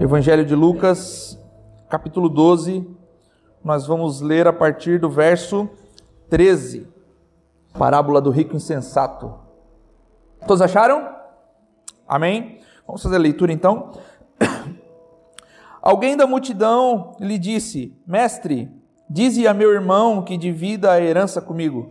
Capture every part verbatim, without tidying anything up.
Evangelho de Lucas, capítulo doze, nós vamos ler a partir do verso treze, parábola do rico insensato. Todos acharam? Amém? Vamos fazer a leitura então. Alguém da multidão lhe disse: Mestre, dize a meu irmão que divida a herança comigo.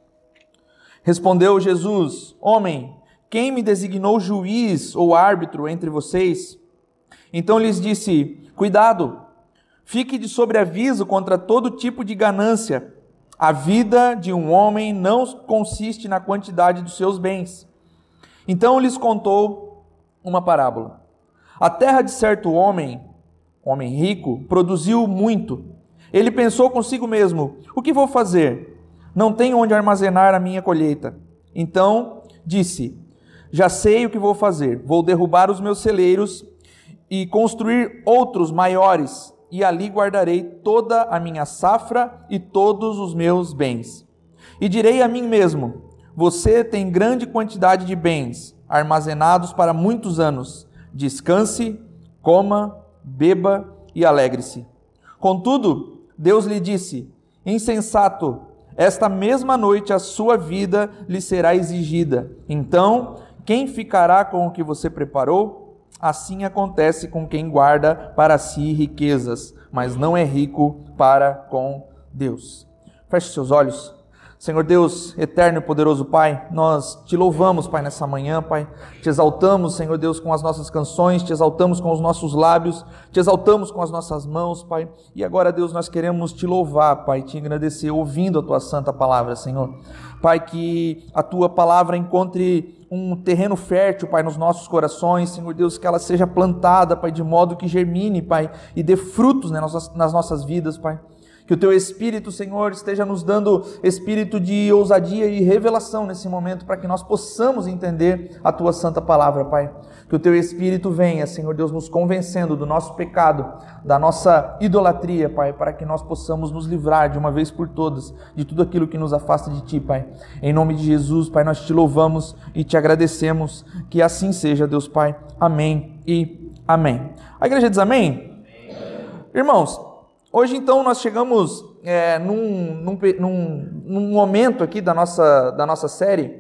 Respondeu Jesus: Homem, quem me designou juiz ou árbitro entre vocês? Então lhes disse: Cuidado, fique de sobreaviso contra todo tipo de ganância. A vida de um homem não consiste na quantidade dos seus bens. Então lhes contou uma parábola. A terra de certo homem, homem rico, produziu muito. Ele pensou consigo mesmo: O que vou fazer? Não tenho onde armazenar a minha colheita. Então disse: Já sei o que vou fazer. Vou derrubar os meus celeiros e construir outros maiores, e ali guardarei toda a minha safra e todos os meus bens. E direi a mim mesmo: Você tem grande quantidade de bens, armazenados para muitos anos. Descanse, coma, beba e alegre-se. Contudo, Deus lhe disse: Insensato, esta mesma noite a sua vida lhe será exigida. Então, quem ficará com o que você preparou? Assim acontece com quem guarda para si riquezas, mas não é rico para com Deus. Feche seus olhos. Senhor Deus, eterno e poderoso Pai, nós te louvamos, Pai, nessa manhã, Pai. Te exaltamos, Senhor Deus, com as nossas canções, te exaltamos com os nossos lábios, te exaltamos com as nossas mãos, Pai. E agora, Deus, nós queremos te louvar, Pai, te agradecer, ouvindo a tua santa palavra, Senhor. Pai, que a tua palavra encontre um terreno fértil, Pai, nos nossos corações, Senhor Deus, que ela seja plantada, Pai, de modo que germine, Pai, e dê frutos nas nossas, nas nossas vidas, Pai. Que o Teu Espírito, Senhor, esteja nos dando espírito de ousadia e revelação nesse momento, para que nós possamos entender a Tua Santa Palavra, Pai. Que o Teu Espírito venha, Senhor Deus, nos convencendo do nosso pecado, da nossa idolatria, Pai, para que nós possamos nos livrar de uma vez por todas de tudo aquilo que nos afasta de Ti, Pai. Em nome de Jesus, Pai, nós Te louvamos e Te agradecemos. Que assim seja, Deus Pai. Amém e amém. A igreja diz amém? Amém. Irmãos, hoje, então, nós chegamos é, num, num, num, num momento aqui da nossa, da nossa série,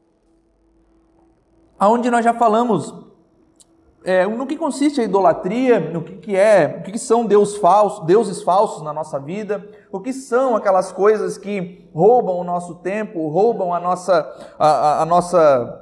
onde nós já falamos é, no que consiste a idolatria, no que, que é, o que, que são Deus falso, deuses falsos na nossa vida, o que são aquelas coisas que roubam o nosso tempo, roubam a nossa... A, a, a nossa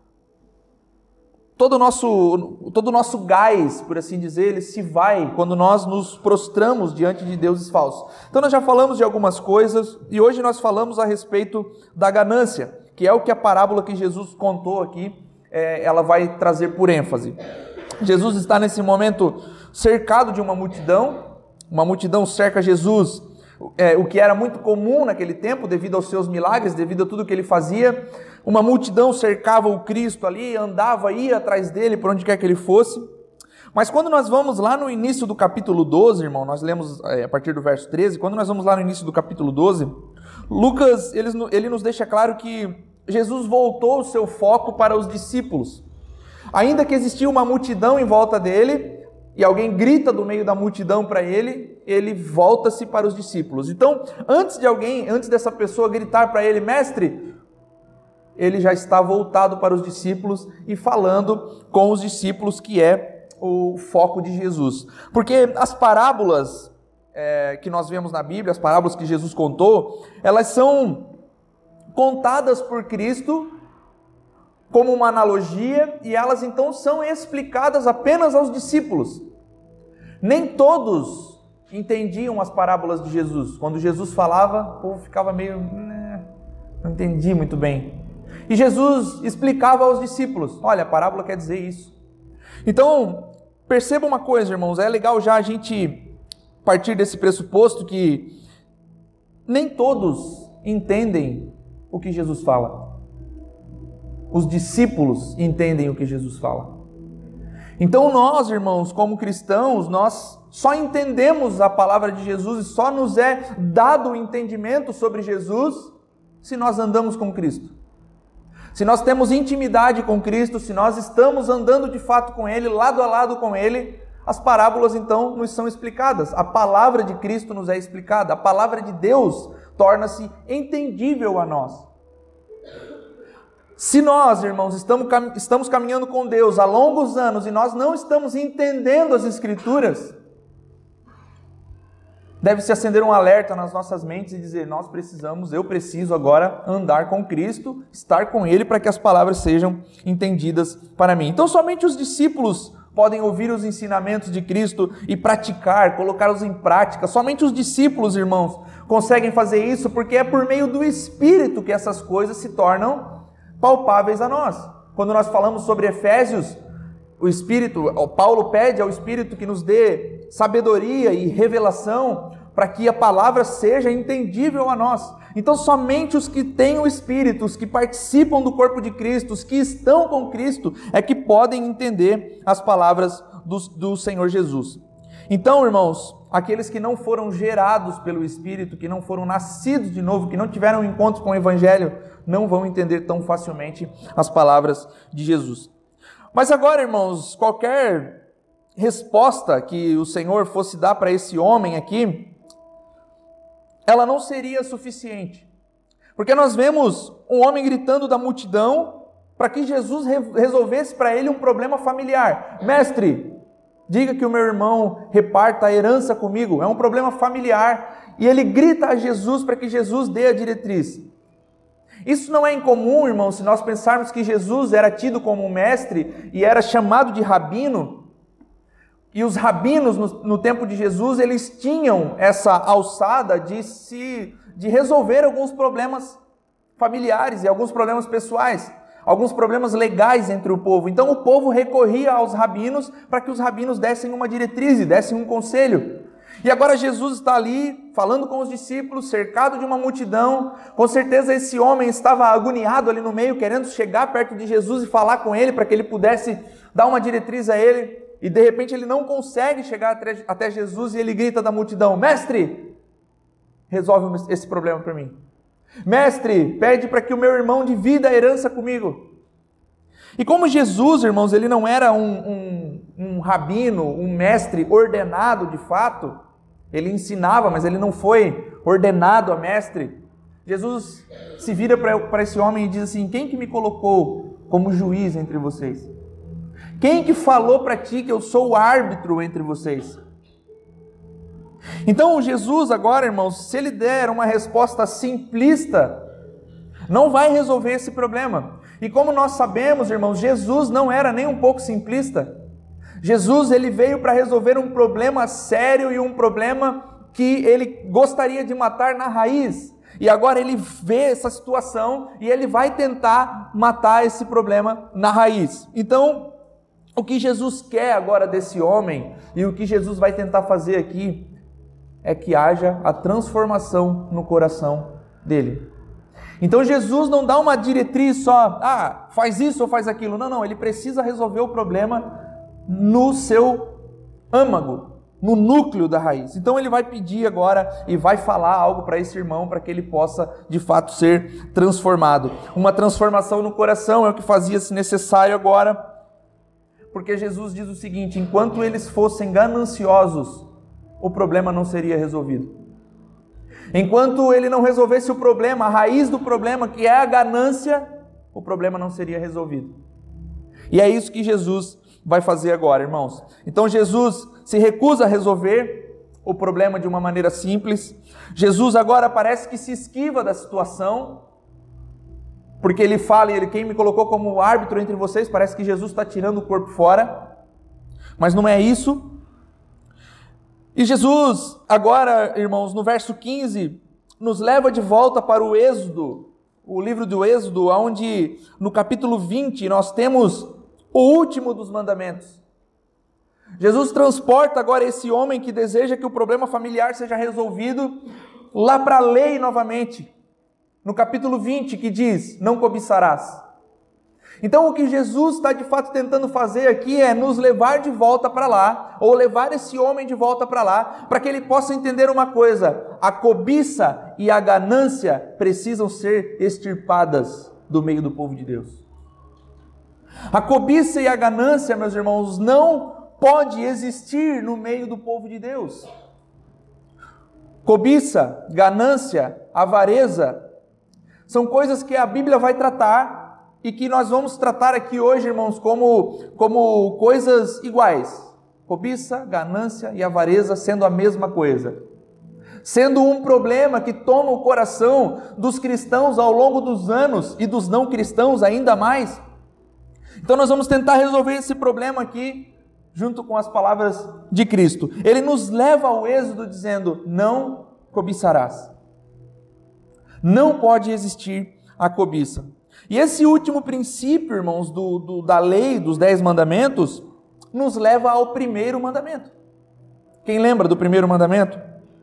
Todo o nosso, todo o nosso gás, por assim dizer, ele se vai quando nós nos prostramos diante de deuses falsos. Então nós já falamos de algumas coisas e hoje nós falamos a respeito da ganância, que é o que a parábola que Jesus contou aqui, é, ela vai trazer por ênfase. Jesus está nesse momento cercado de uma multidão, uma multidão cerca Jesus, é, o que era muito comum naquele tempo, devido aos seus milagres, devido a tudo que ele fazia. Uma multidão cercava o Cristo ali, andava, ia atrás dele, por onde quer que ele fosse. Mas quando nós vamos lá no início do capítulo doze, irmão, nós lemos é, a partir do verso treze, quando nós vamos lá no início do capítulo doze, Lucas, ele, ele nos deixa claro que Jesus voltou o seu foco para os discípulos. Ainda que existia uma multidão em volta dele, e alguém grita do meio da multidão para ele, ele volta-se para os discípulos. Então, antes de alguém, antes dessa pessoa gritar para ele, mestre, ele já está voltado para os discípulos e falando com os discípulos, que é o foco de Jesus. Porque as parábolas é, que nós vemos na Bíblia, as parábolas que Jesus contou, elas são contadas por Cristo como uma analogia, e elas então são explicadas apenas aos discípulos. Nem todos entendiam as parábolas de Jesus. Quando Jesus falava, o povo ficava meio... não entendi muito bem. E Jesus explicava aos discípulos: olha, a parábola quer dizer isso. Então, perceba uma coisa, irmãos, é legal já a gente partir desse pressuposto que nem todos entendem o que Jesus fala. Os discípulos entendem o que Jesus fala. Então nós, irmãos, como cristãos, nós só entendemos a palavra de Jesus e só nos é dado o entendimento sobre Jesus se nós andamos com Cristo. Se nós temos intimidade com Cristo, se nós estamos andando de fato com Ele, lado a lado com Ele, as parábolas então nos são explicadas, a palavra de Cristo nos é explicada, a palavra de Deus torna-se entendível a nós. Se nós, irmãos, estamos, estamos caminhando com Deus há longos anos e nós não estamos entendendo as Escrituras, deve-se acender um alerta nas nossas mentes e dizer, nós precisamos, eu preciso agora andar com Cristo, estar com Ele para que as palavras sejam entendidas para mim. Então somente os discípulos podem ouvir os ensinamentos de Cristo e praticar, colocá-los em prática. Somente os discípulos, irmãos, conseguem fazer isso porque é por meio do Espírito que essas coisas se tornam palpáveis a nós. Quando nós falamos sobre Efésios, o Espírito, Paulo pede ao Espírito que nos dê sabedoria e revelação para que a palavra seja entendível a nós. Então somente os que têm o Espírito, os que participam do corpo de Cristo, os que estão com Cristo, é que podem entender as palavras do, do Senhor Jesus. Então, irmãos, aqueles que não foram gerados pelo Espírito, que não foram nascidos de novo, que não tiveram um encontro com o Evangelho, não vão entender tão facilmente as palavras de Jesus. Mas agora, irmãos, qualquer resposta que o Senhor fosse dar para esse homem aqui, ela não seria suficiente. Porque nós vemos um homem gritando da multidão para que Jesus resolvesse para ele um problema familiar. Mestre, diga que o meu irmão reparta a herança comigo. É um problema familiar. E ele grita a Jesus para que Jesus dê a diretriz. Isso não é incomum, irmãos, se nós pensarmos que Jesus era tido como um mestre e era chamado de rabino. E os rabinos no, no tempo de Jesus, eles tinham essa alçada de, se, de resolver alguns problemas familiares e alguns problemas pessoais, alguns problemas legais entre o povo. Então o povo recorria aos rabinos para que os rabinos dessem uma diretriz e dessem um conselho. E agora Jesus está ali, falando com os discípulos, cercado de uma multidão. Com certeza esse homem estava agoniado ali no meio, querendo chegar perto de Jesus e falar com ele, para que ele pudesse dar uma diretriz a ele. E de repente ele não consegue chegar até Jesus e ele grita da multidão, mestre, resolve esse problema para mim. Mestre, pede para que o meu irmão divida a herança comigo. E como Jesus, irmãos, ele não era um, um, um rabino, um mestre ordenado de fato, ele ensinava, mas ele não foi ordenado a mestre. Jesus se vira para esse homem e diz assim, quem que me colocou como juiz entre vocês? Quem que falou para ti que eu sou o árbitro entre vocês? Então Jesus agora, irmãos, se ele der uma resposta simplista, não vai resolver esse problema. E como nós sabemos, irmãos, Jesus não era nem um pouco simplista. Jesus, ele veio para resolver um problema sério e um problema que ele gostaria de matar na raiz. E agora ele vê essa situação e ele vai tentar matar esse problema na raiz. Então, o que Jesus quer agora desse homem e o que Jesus vai tentar fazer aqui é que haja a transformação no coração dele. Então Jesus não dá uma diretriz só, ah, faz isso ou faz aquilo. Não, não, ele precisa resolver o problema no seu âmago, no núcleo da raiz. Então ele vai pedir agora e vai falar algo para esse irmão para que ele possa de fato ser transformado. Uma transformação no coração é o que fazia-se necessário agora, porque Jesus diz o seguinte, enquanto eles fossem gananciosos, o problema não seria resolvido. Enquanto ele não resolvesse o problema, a raiz do problema, que é a ganância, o problema não seria resolvido. E é isso que Jesus vai fazer agora, irmãos. Então Jesus se recusa a resolver o problema de uma maneira simples. Jesus agora parece que se esquiva da situação, porque ele fala, ele, quem me colocou como árbitro entre vocês, parece que Jesus está tirando o corpo fora, mas não é isso. E Jesus, agora, irmãos, no verso quinze, nos leva de volta para o Êxodo, o livro do Êxodo, onde no capítulo vinte nós temos o último dos mandamentos. Jesus transporta agora esse homem que deseja que o problema familiar seja resolvido lá para a lei novamente, no capítulo vinte, que diz, não cobiçarás. Então o que Jesus está de fato tentando fazer aqui é nos levar de volta para lá, ou levar esse homem de volta para lá, para que ele possa entender uma coisa, a cobiça e a ganância precisam ser extirpadas do meio do povo de Deus. A cobiça e a ganância, meus irmãos, não pode existir no meio do povo de Deus. Cobiça, ganância, avareza, são coisas que a Bíblia vai tratar e que nós vamos tratar aqui hoje, irmãos, como, como coisas iguais. Cobiça, ganância e avareza sendo a mesma coisa. Sendo um problema que toma o coração dos cristãos ao longo dos anos e dos não cristãos ainda mais. Então nós vamos tentar resolver esse problema aqui junto com as palavras de Cristo. Ele nos leva ao êxodo dizendo: não cobiçarás. Não pode existir a cobiça. E esse último princípio, irmãos, do, do, da lei, dos dez mandamentos, nos leva ao primeiro mandamento. Quem lembra do primeiro mandamento?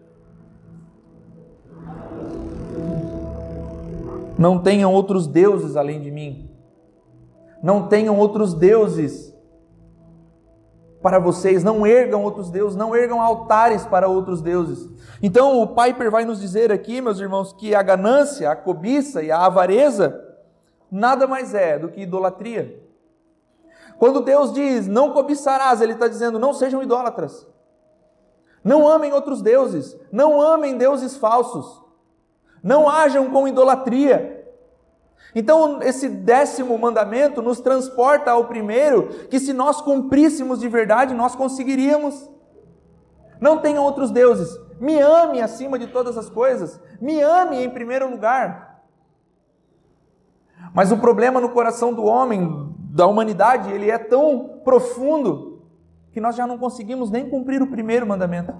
Não tenham outros deuses além de mim. Não tenham outros deuses para vocês, não ergam outros deuses, não ergam altares para outros deuses. Então o Piper vai nos dizer aqui, meus irmãos, que a ganância, a cobiça e a avareza nada mais é do que idolatria. Quando Deus diz, não cobiçarás, Ele está dizendo, não sejam idólatras. Não amem outros deuses, não amem deuses falsos, não hajam com idolatria. Então, esse décimo mandamento nos transporta ao primeiro, que se nós cumpríssemos de verdade, nós conseguiríamos. Não tenham outros deuses. Me ame acima de todas as coisas. Me ame em primeiro lugar. Mas o problema no coração do homem, da humanidade, ele é tão profundo, que nós já não conseguimos nem cumprir o primeiro mandamento.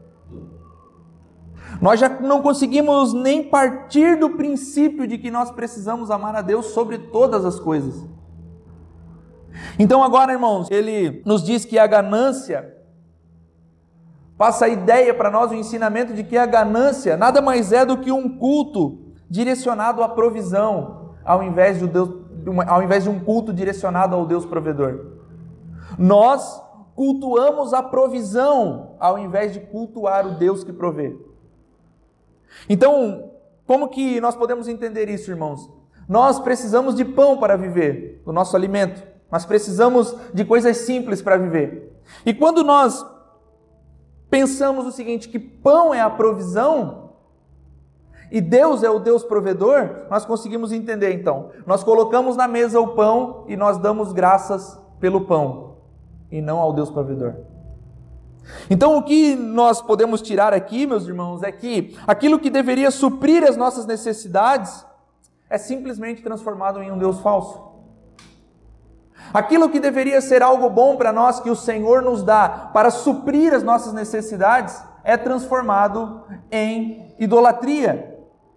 Nós já não conseguimos nem partir do princípio de que nós precisamos amar a Deus sobre todas as coisas. Então agora, irmãos, ele nos diz que a ganância, passa a ideia para nós, o ensinamento de que a ganância nada mais é do que um culto direcionado à provisão, ao invés de, Deus, ao invés de um culto direcionado ao Deus provedor. Nós cultuamos a provisão, ao invés de cultuar o Deus que provê. Então, como que nós podemos entender isso, irmãos? Nós precisamos de pão para viver, do nosso alimento. Nós precisamos de coisas simples para viver. E quando nós pensamos o seguinte, que pão é a provisão e Deus é o Deus provedor, nós conseguimos entender então. Nós colocamos na mesa o pão e nós damos graças pelo pão e não ao Deus provedor. Então o que nós podemos tirar aqui, meus irmãos, é que aquilo que deveria suprir as nossas necessidades é simplesmente transformado em um Deus falso. Aquilo que deveria ser algo bom para nós, que o Senhor nos dá para suprir as nossas necessidades, é transformado em idolatria.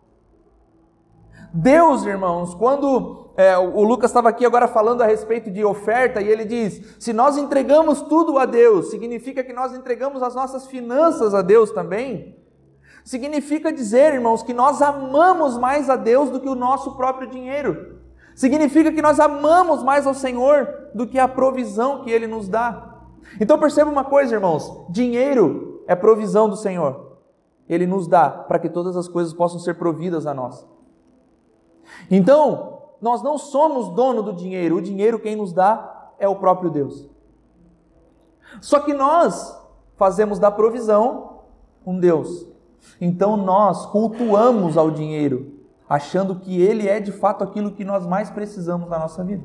Deus, irmãos, quando é, o Lucas estava aqui agora falando a respeito de oferta, e ele diz, se nós entregamos tudo a Deus, significa que nós entregamos as nossas finanças a Deus também? Significa dizer, irmãos, que nós amamos mais a Deus do que o nosso próprio dinheiro. Significa que nós amamos mais ao Senhor do que a provisão que Ele nos dá. Então perceba uma coisa, irmãos, dinheiro é provisão do Senhor. Ele nos dá para que todas as coisas possam ser providas a nós. Então, nós não somos dono do dinheiro, o dinheiro quem nos dá é o próprio Deus. Só que nós fazemos da provisão um Deus. Então nós cultuamos ao dinheiro, achando que ele é de fato aquilo que nós mais precisamos na nossa vida.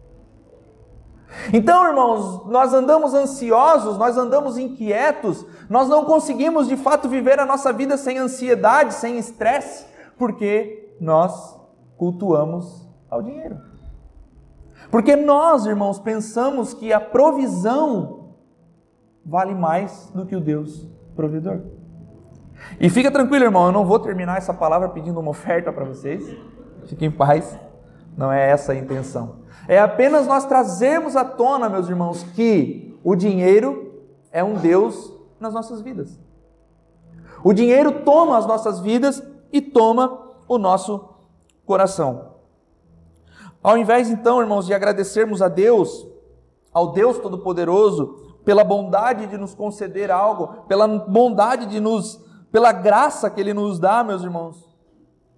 Então, irmãos, nós andamos ansiosos, nós andamos inquietos, nós não conseguimos de fato viver a nossa vida sem ansiedade, sem estresse, porque nós cultuamos ao dinheiro. Porque nós, irmãos, pensamos que a provisão vale mais do que o Deus provedor. E fica tranquilo, irmão, eu não vou terminar essa palavra pedindo uma oferta para vocês. Fiquem em paz, não é essa a intenção. É apenas nós trazermos à tona, meus irmãos, que o dinheiro é um Deus nas nossas vidas. O dinheiro toma as nossas vidas e toma o nosso coração. Ao invés, então, irmãos, de agradecermos a Deus, ao Deus Todo-Poderoso, pela bondade de nos conceder algo, pela bondade de nos, pela graça que Ele nos dá, meus irmãos,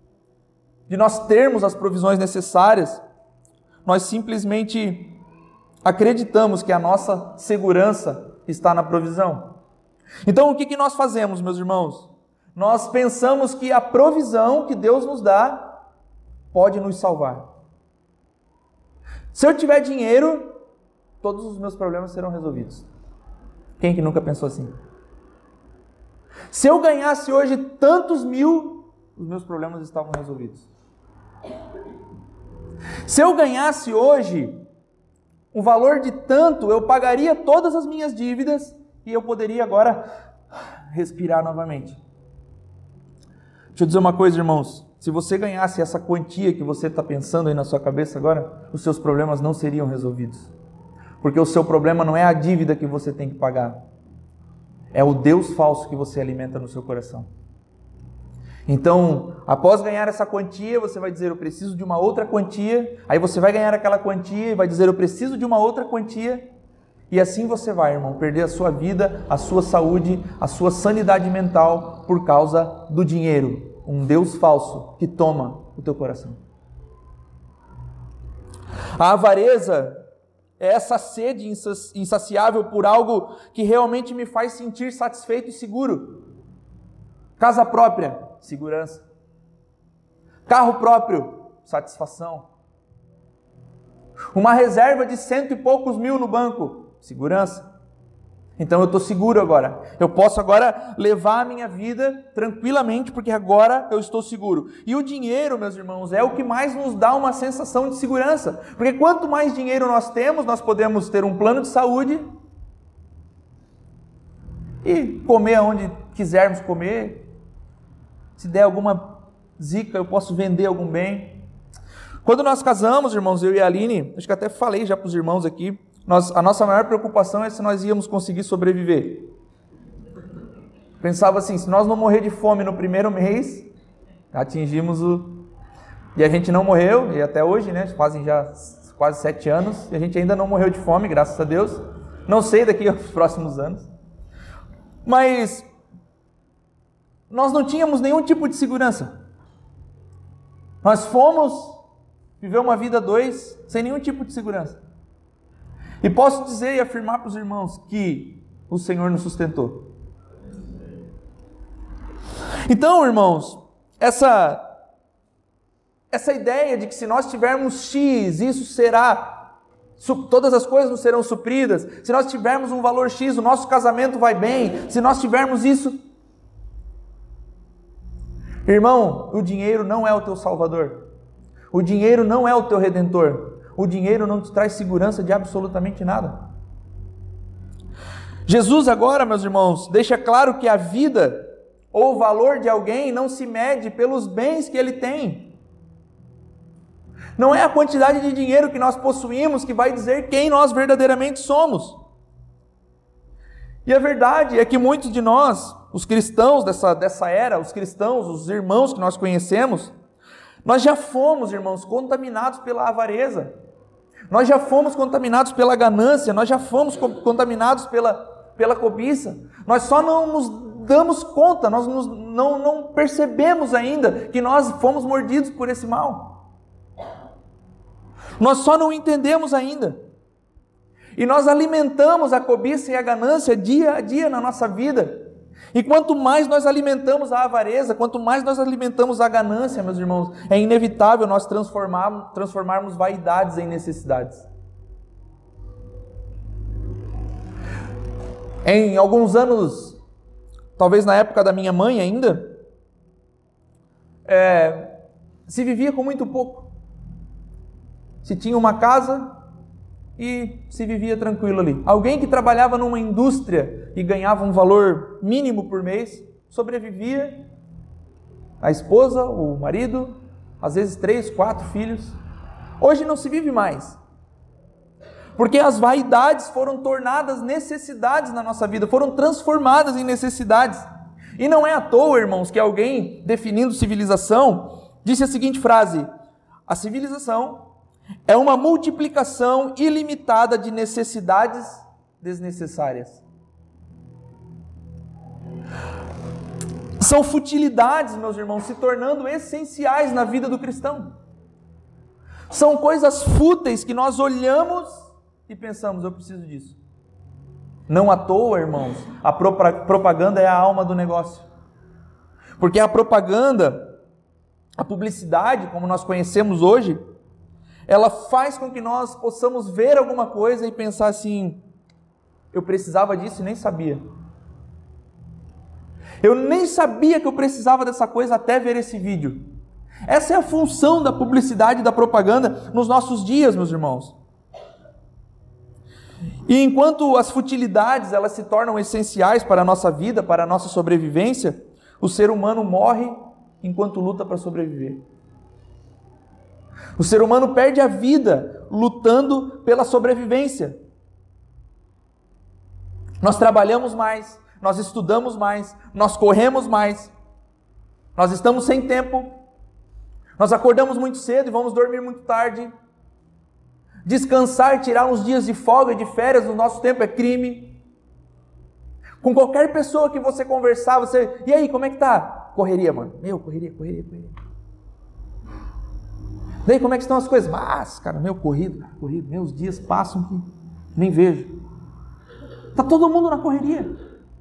de nós termos as provisões necessárias, nós simplesmente acreditamos que a nossa segurança está na provisão. Então o que, que nós fazemos, meus irmãos? Nós pensamos que a provisão que Deus nos dá pode nos salvar. Se eu tiver dinheiro, todos os meus problemas serão resolvidos. Quem que nunca pensou assim? Se eu ganhasse hoje tantos mil, os meus problemas estavam resolvidos. Se eu ganhasse hoje um valor de tanto, eu pagaria todas as minhas dívidas e eu poderia agora respirar novamente. Deixa eu dizer uma coisa, irmãos. Se você ganhasse essa quantia que você está pensando aí na sua cabeça agora, os seus problemas não seriam resolvidos. Porque o seu problema não é a dívida que você tem que pagar. É o Deus falso que você alimenta no seu coração. Então, após ganhar essa quantia, você vai dizer, eu preciso de uma outra quantia. Aí você vai ganhar aquela quantia e vai dizer, eu preciso de uma outra quantia. E assim você vai, irmão, perder a sua vida, a sua saúde, a sua sanidade mental por causa do dinheiro. Um Deus falso que toma o teu coração. A avareza é essa sede insaciável por algo que realmente me faz sentir satisfeito e seguro. Casa própria, segurança. Carro próprio, satisfação. Uma reserva de cento e poucos mil no banco, segurança. Então eu estou seguro agora. Eu posso agora levar a minha vida tranquilamente, porque agora eu estou seguro. E o dinheiro, meus irmãos, é o que mais nos dá uma sensação de segurança. Porque quanto mais dinheiro nós temos, nós podemos ter um plano de saúde e comer onde quisermos comer. Se der alguma zica, eu posso vender algum bem. Quando nós casamos, irmãos, eu e a Aline, acho que até falei já para os irmãos aqui, Nós, a nossa maior preocupação é se nós íamos conseguir sobreviver. Pensava assim, se nós não morrer de fome no primeiro mês, atingimos o... E a gente não morreu, e até hoje, né, fazem já quase sete anos, e a gente ainda não morreu de fome, graças a Deus. Não sei daqui aos próximos anos. Mas nós não tínhamos nenhum tipo de segurança. Nós fomos viver uma vida a dois, sem nenhum tipo de segurança. E posso dizer e afirmar para os irmãos que o Senhor nos sustentou. Então, irmãos, essa, essa ideia de que se nós tivermos X, isso será, todas as coisas nos serão supridas, se nós tivermos um valor X, o nosso casamento vai bem, se nós tivermos isso... Irmão, o dinheiro não é o teu salvador. O dinheiro não é o teu redentor. O dinheiro não te traz segurança de absolutamente nada. Jesus agora, meus irmãos, deixa claro que a vida ou o valor de alguém não se mede pelos bens que ele tem. Não é a quantidade de dinheiro que nós possuímos que vai dizer quem nós verdadeiramente somos. E a verdade é que muitos de nós, os cristãos dessa, dessa era, os cristãos, os irmãos que nós conhecemos, nós já fomos, irmãos, contaminados pela avareza. Nós já fomos contaminados pela ganância, nós já fomos contaminados pela, pela cobiça. Nós só não nos damos conta, nós nos, não, não percebemos ainda que nós fomos mordidos por esse mal. Nós só não entendemos ainda. E nós alimentamos a cobiça e a ganância dia a dia na nossa vida. E quanto mais nós alimentamos a avareza, quanto mais nós alimentamos a ganância, meus irmãos, é inevitável nós transformarmos, transformarmos vaidades em necessidades. Em alguns anos, talvez na época da minha mãe ainda, é, se vivia com muito pouco. Se tinha uma casa e se vivia tranquilo ali. Alguém que trabalhava numa indústria e ganhava um valor mínimo por mês, sobrevivia, a esposa, o marido, às vezes três, quatro filhos. Hoje não se vive mais. Porque as vaidades foram tornadas necessidades na nossa vida, foram transformadas em necessidades. E não é à toa, irmãos, que alguém, definindo civilização, disse a seguinte frase: a civilização é uma multiplicação ilimitada de necessidades desnecessárias. São futilidades, meus irmãos, se tornando essenciais na vida do cristão. São coisas fúteis que nós olhamos e pensamos, eu preciso disso. Não à toa, irmãos, a propaganda é a alma do negócio. Porque a propaganda, a publicidade, como nós conhecemos hoje, ela faz com que nós possamos ver alguma coisa e pensar assim, eu precisava disso e nem sabia. Eu nem sabia que eu precisava dessa coisa até ver esse vídeo. Essa é a função da publicidade e da propaganda nos nossos dias, meus irmãos. E enquanto as futilidades elas se tornam essenciais para a nossa vida, para a nossa sobrevivência, o ser humano morre enquanto luta para sobreviver. O ser humano perde a vida lutando pela sobrevivência. Nós trabalhamos mais, nós estudamos mais, nós corremos mais, nós estamos sem tempo, nós acordamos muito cedo e vamos dormir muito tarde. Descansar, tirar uns dias de folga, de férias no nosso tempo é crime. Com qualquer pessoa que você conversar, você... E aí, como é que tá? Correria, mano. Meu, correria, correria, correria. Daí, como é que estão as coisas? Mas, cara, meu, corrido, corrido. Meus dias passam que nem vejo. Tá todo mundo na correria.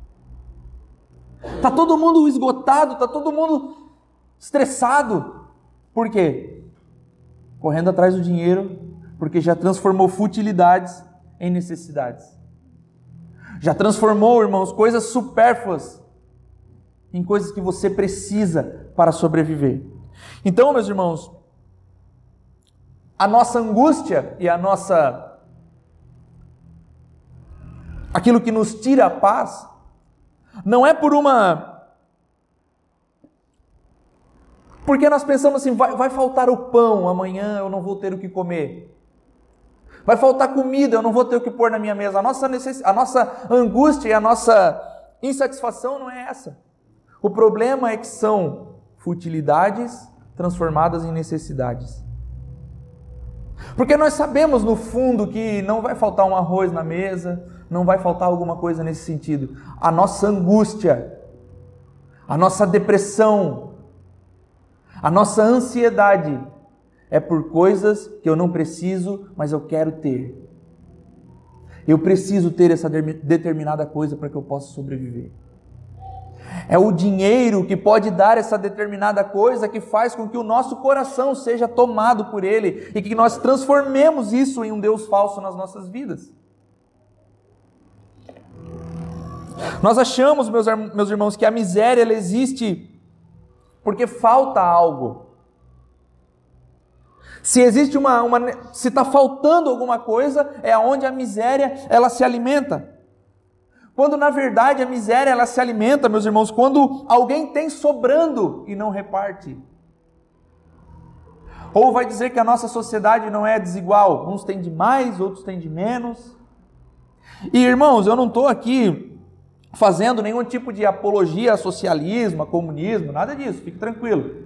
Tá todo mundo esgotado, tá todo mundo estressado. Por quê? Correndo atrás do dinheiro, porque já transformou futilidades em necessidades. Já transformou, irmãos, coisas supérfluas em coisas que você precisa para sobreviver. Então, meus irmãos, a nossa angústia e a nossa... aquilo que nos tira a paz, não é por uma... Porque nós pensamos assim, vai, vai faltar o pão, amanhã eu não vou ter o que comer. Vai faltar comida, eu não vou ter o que pôr na minha mesa. A nossa, necess... a nossa angústia e a nossa insatisfação não é essa. O problema é que são futilidades transformadas em necessidades. Porque nós sabemos no fundo que não vai faltar um arroz na mesa, não vai faltar alguma coisa nesse sentido. A nossa angústia, a nossa depressão, a nossa ansiedade é por coisas que eu não preciso, mas eu quero ter. Eu preciso ter essa determinada coisa para que eu possa sobreviver. É o dinheiro que pode dar essa determinada coisa que faz com que o nosso coração seja tomado por ele e que nós transformemos isso em um Deus falso nas nossas vidas. Nós achamos, meus, meus irmãos, que a miséria ela existe porque falta algo. Se existe uma, uma se está faltando alguma coisa, é onde a miséria ela se alimenta. Quando na verdade a miséria ela se alimenta, meus irmãos, quando alguém tem sobrando e não reparte. Ou vai dizer que a nossa sociedade não é desigual, uns têm de mais, outros têm de menos. E irmãos, eu não estou aqui fazendo nenhum tipo de apologia a socialismo, a comunismo, nada disso, fique tranquilo.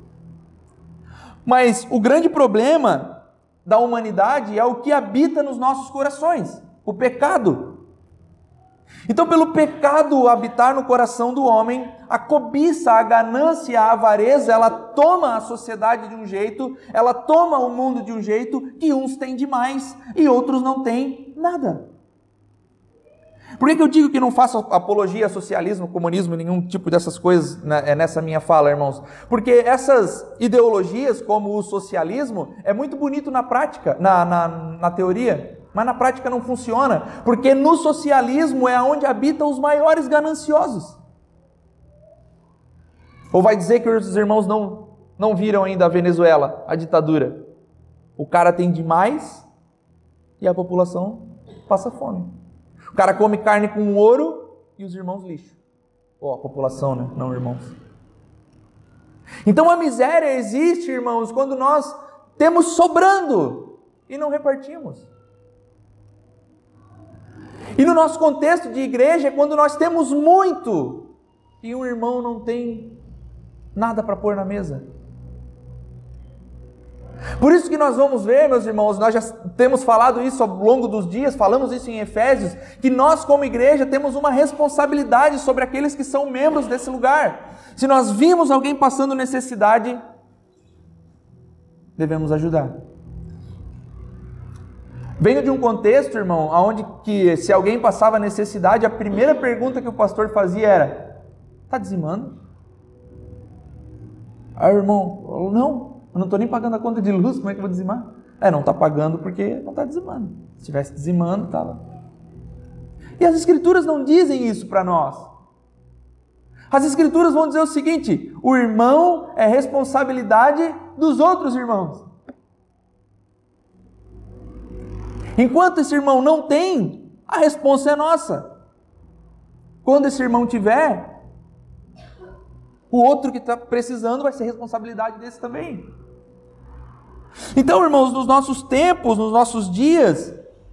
Mas o grande problema da humanidade é o que habita nos nossos corações, o pecado. Então, pelo pecado habitar no coração do homem, a cobiça, a ganância, a avareza, ela toma a sociedade de um jeito, ela toma o mundo de um jeito que uns têm demais e outros não têm nada. Por que, que eu digo que não faço apologia a socialismo, comunismo, nenhum tipo dessas coisas nessa minha fala, irmãos? Porque essas ideologias, como o socialismo, é muito bonito na prática, na, na, na teoria, mas na prática não funciona, porque no socialismo é onde habitam os maiores gananciosos. Ou vai dizer que os irmãos não, não viram ainda a Venezuela, a ditadura? O cara tem demais e a população passa fome. O cara come carne com ouro e os irmãos lixo. Ó, oh, a população, né? Não irmãos. Então a miséria existe, irmãos, quando nós temos sobrando e não repartimos. E no nosso contexto de igreja é quando nós temos muito e um irmão não tem nada para pôr na mesa. Por isso que nós vamos ver, meus irmãos, nós já temos falado isso ao longo dos dias, falamos isso em Efésios, que nós como igreja temos uma responsabilidade sobre aqueles que são membros desse lugar. Se nós vimos alguém passando necessidade, devemos ajudar. Venho de um contexto, irmão, onde que se alguém passava necessidade, a primeira pergunta que o pastor fazia era: está dizimando? Aí o irmão falou: não, eu não estou nem pagando a conta de luz, como é que eu vou dizimar? É, não está pagando porque não está dizimando. Se estivesse dizimando, estava. E as escrituras não dizem isso para nós. As escrituras vão dizer o seguinte: o irmão é responsabilidade dos outros irmãos. Enquanto esse irmão não tem, a responsa é nossa. Quando esse irmão tiver, o outro que está precisando vai ser responsabilidade desse também. Então, irmãos, nos nossos tempos, nos nossos dias,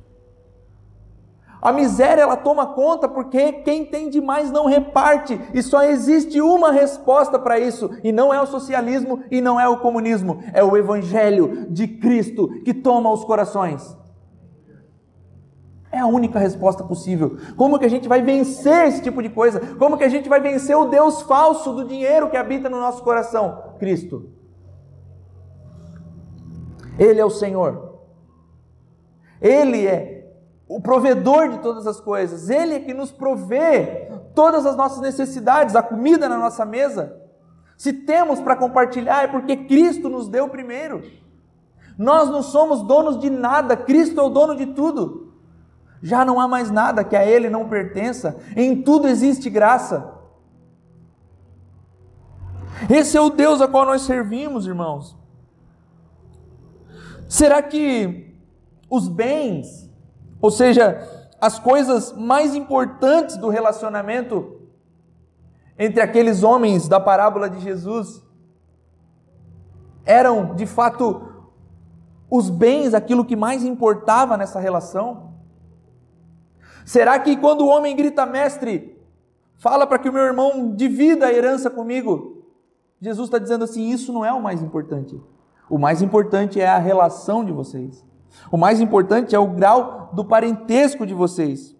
a miséria ela toma conta porque quem tem demais não reparte, e só existe uma resposta para isso, e não é o socialismo e não é o comunismo, é o evangelho de Cristo que toma os corações. É a única resposta possível. Como que a gente vai vencer esse tipo de coisa? Como que a gente vai vencer o Deus falso do dinheiro que habita no nosso coração? Cristo. Ele é o Senhor. Ele é o provedor de todas as coisas. Ele é que nos provê todas as nossas necessidades, a comida na nossa mesa. Se temos para compartilhar, é porque Cristo nos deu primeiro. Nós não somos donos de nada, Cristo é o dono de tudo. Já não há mais nada que a Ele não pertença, em tudo existe graça. Esse é o Deus a qual nós servimos, irmãos. Será que os bens, ou seja, as coisas mais importantes do relacionamento entre aqueles homens da parábola de Jesus, eram de fato os bens, aquilo que mais importava nessa relação? Será que quando o homem grita: mestre, fala para que o meu irmão divida a herança comigo, Jesus está dizendo assim: isso não é o mais importante. O mais importante é a relação de vocês. O mais importante é o grau do parentesco de vocês.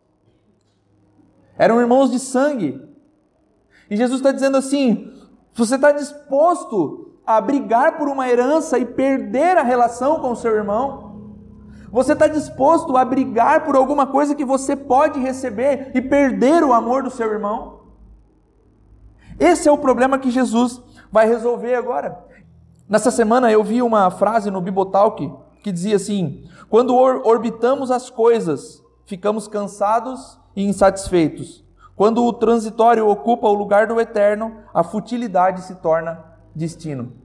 Eram irmãos de sangue. E Jesus está dizendo assim: você está disposto a brigar por uma herança e perder a relação com o seu irmão? Você está disposto a brigar por alguma coisa que você pode receber e perder o amor do seu irmão? Esse é o problema que Jesus vai resolver agora. Nessa semana eu vi uma frase no Bibotalk que dizia assim: quando orbitamos as coisas, ficamos cansados e insatisfeitos. Quando o transitório ocupa o lugar do eterno, a futilidade se torna destino.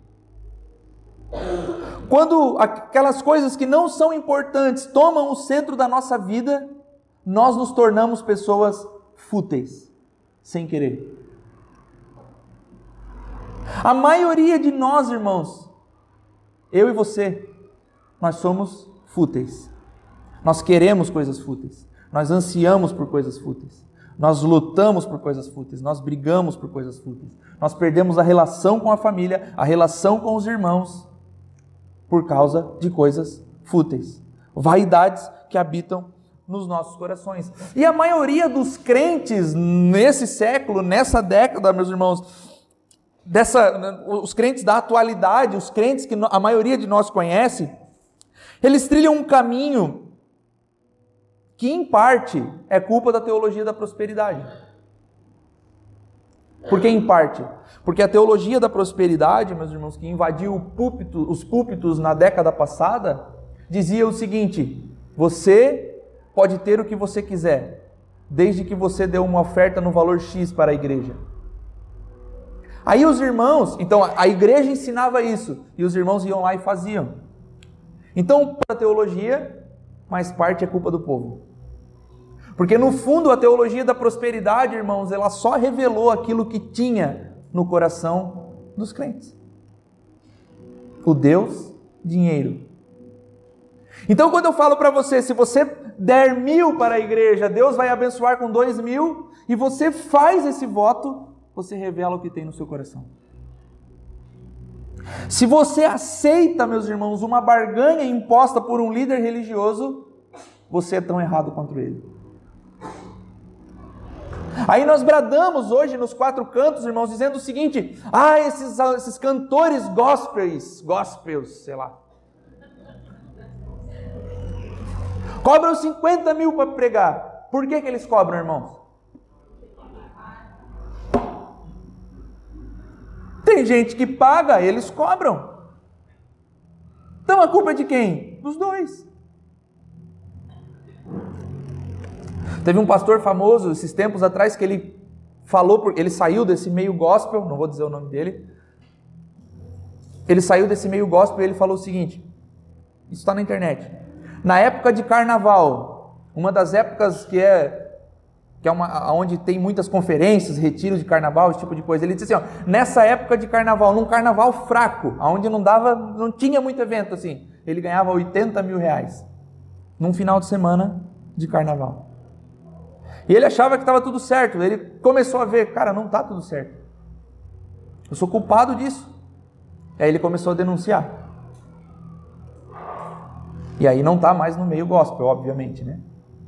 Quando aquelas coisas que não são importantes tomam o centro da nossa vida, nós nos tornamos pessoas fúteis, sem querer. A maioria de nós, irmãos, eu e você, nós somos fúteis. Nós queremos coisas fúteis. Nós ansiamos por coisas fúteis. Nós lutamos por coisas fúteis. Nós brigamos por coisas fúteis. Nós perdemos a relação com a família, a relação com os irmãos, por causa de coisas fúteis, vaidades que habitam nos nossos corações. E a maioria dos crentes nesse século, nessa década, meus irmãos, dessa, os crentes da atualidade, os crentes que a maioria de nós conhece, eles trilham um caminho que em parte é culpa da teologia da prosperidade. Por que em parte? Porque a teologia da prosperidade, meus irmãos, que invadiu o púlpito, os púlpitos na década passada, dizia o seguinte: você pode ter o que você quiser, desde que você dê uma oferta no valor X para a igreja. Aí os irmãos, então a igreja ensinava isso, e os irmãos iam lá e faziam. Então, a teologia, mas parte é culpa do povo. Porque no fundo a teologia da prosperidade, irmãos, ela só revelou aquilo que tinha no coração dos crentes. O Deus dinheiro. Então quando eu falo para você, se você der mil para a igreja, Deus vai abençoar com dois mil, e você faz esse voto, você revela o que tem no seu coração. Se você aceita, meus irmãos, uma barganha imposta por um líder religioso, você é tão errado quanto ele. Aí nós bradamos hoje nos quatro cantos, irmãos, dizendo o seguinte: ah, esses, esses cantores gospels, gospels, sei lá. Cobram cinquenta mil para pregar. Por que que eles cobram, irmãos? Tem gente que paga, eles cobram. Então a culpa é de quem? Dos dois. Teve um pastor famoso esses tempos atrás que ele falou, ele saiu desse meio gospel, não vou dizer o nome dele. Ele saiu desse meio gospel e ele falou o seguinte, isso está na internet. Na época de carnaval, uma das épocas que é que é uma, onde tem muitas conferências, retiros de carnaval, esse tipo de coisa. Ele disse assim, ó, nessa época de carnaval, num carnaval fraco, onde não dava, não tinha muito evento assim, ele ganhava oitenta mil reais num final de semana de carnaval. E ele achava que estava tudo certo. Ele começou a ver, cara, não está tudo certo. Eu sou culpado disso. Aí ele começou a denunciar. E aí não está mais no meio gospel, obviamente, né?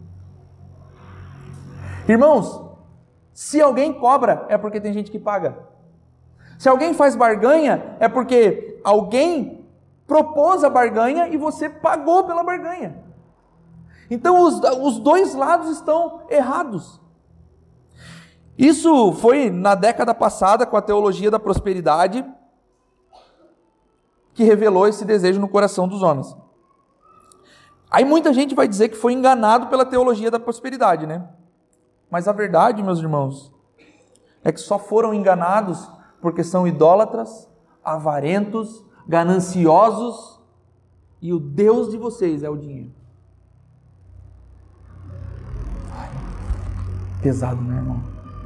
Irmãos, se alguém cobra, é porque tem gente que paga. Se alguém faz barganha, é porque alguém propôs a barganha e você pagou pela barganha. Então os, os dois lados estão errados. Isso foi na década passada com a teologia da prosperidade que revelou esse desejo no coração dos homens. Aí muita gente vai dizer que foi enganado pela teologia da prosperidade, né? Mas a verdade, meus irmãos, é que só foram enganados porque são idólatras, avarentos, gananciosos e o Deus de vocês é o dinheiro. Ai, pesado, né, irmão?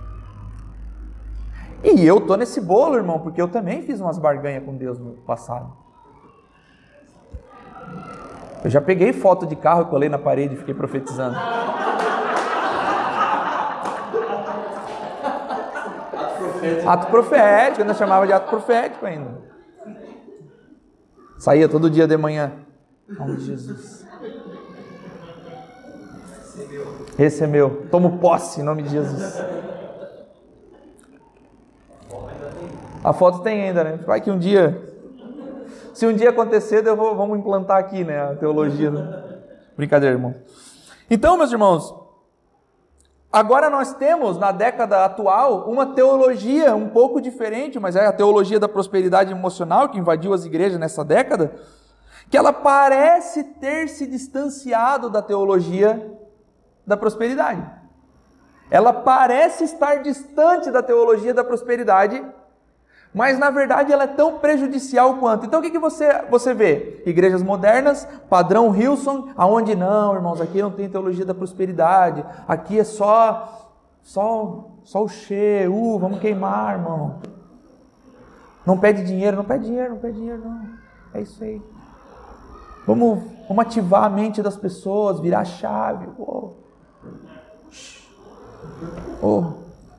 E eu tô nesse bolo, irmão, porque eu também fiz umas barganhas com Deus no passado. Eu já peguei foto de carro e colei na parede e fiquei profetizando. Ato profético, ainda chamava de ato profético ainda. Saía todo dia de manhã. Em nome de Jesus. Esse é meu. Tomo posse em nome de Jesus. A foto tem ainda, né? Vai que um dia... Se um dia acontecer, eu vou, vamos implantar aqui, né? A teologia. Né? Brincadeira, irmão. Então, meus irmãos... Agora nós temos, na década atual, uma teologia um pouco diferente, mas é a teologia da prosperidade emocional que invadiu as igrejas nessa década, que ela parece ter se distanciado da teologia da prosperidade. Ela parece estar distante da teologia da prosperidade, mas na verdade ela é tão prejudicial quanto. Então o que, que você, você vê? Igrejas modernas, padrão Hillsong, aonde não, irmãos, aqui não tem teologia da prosperidade, aqui é só, só, só o che, uh, vamos queimar, irmão. Não pede dinheiro, não pede dinheiro, não pede dinheiro, não. É isso aí. Vamos, vamos ativar a mente das pessoas, virar a chave. Oh. Oh.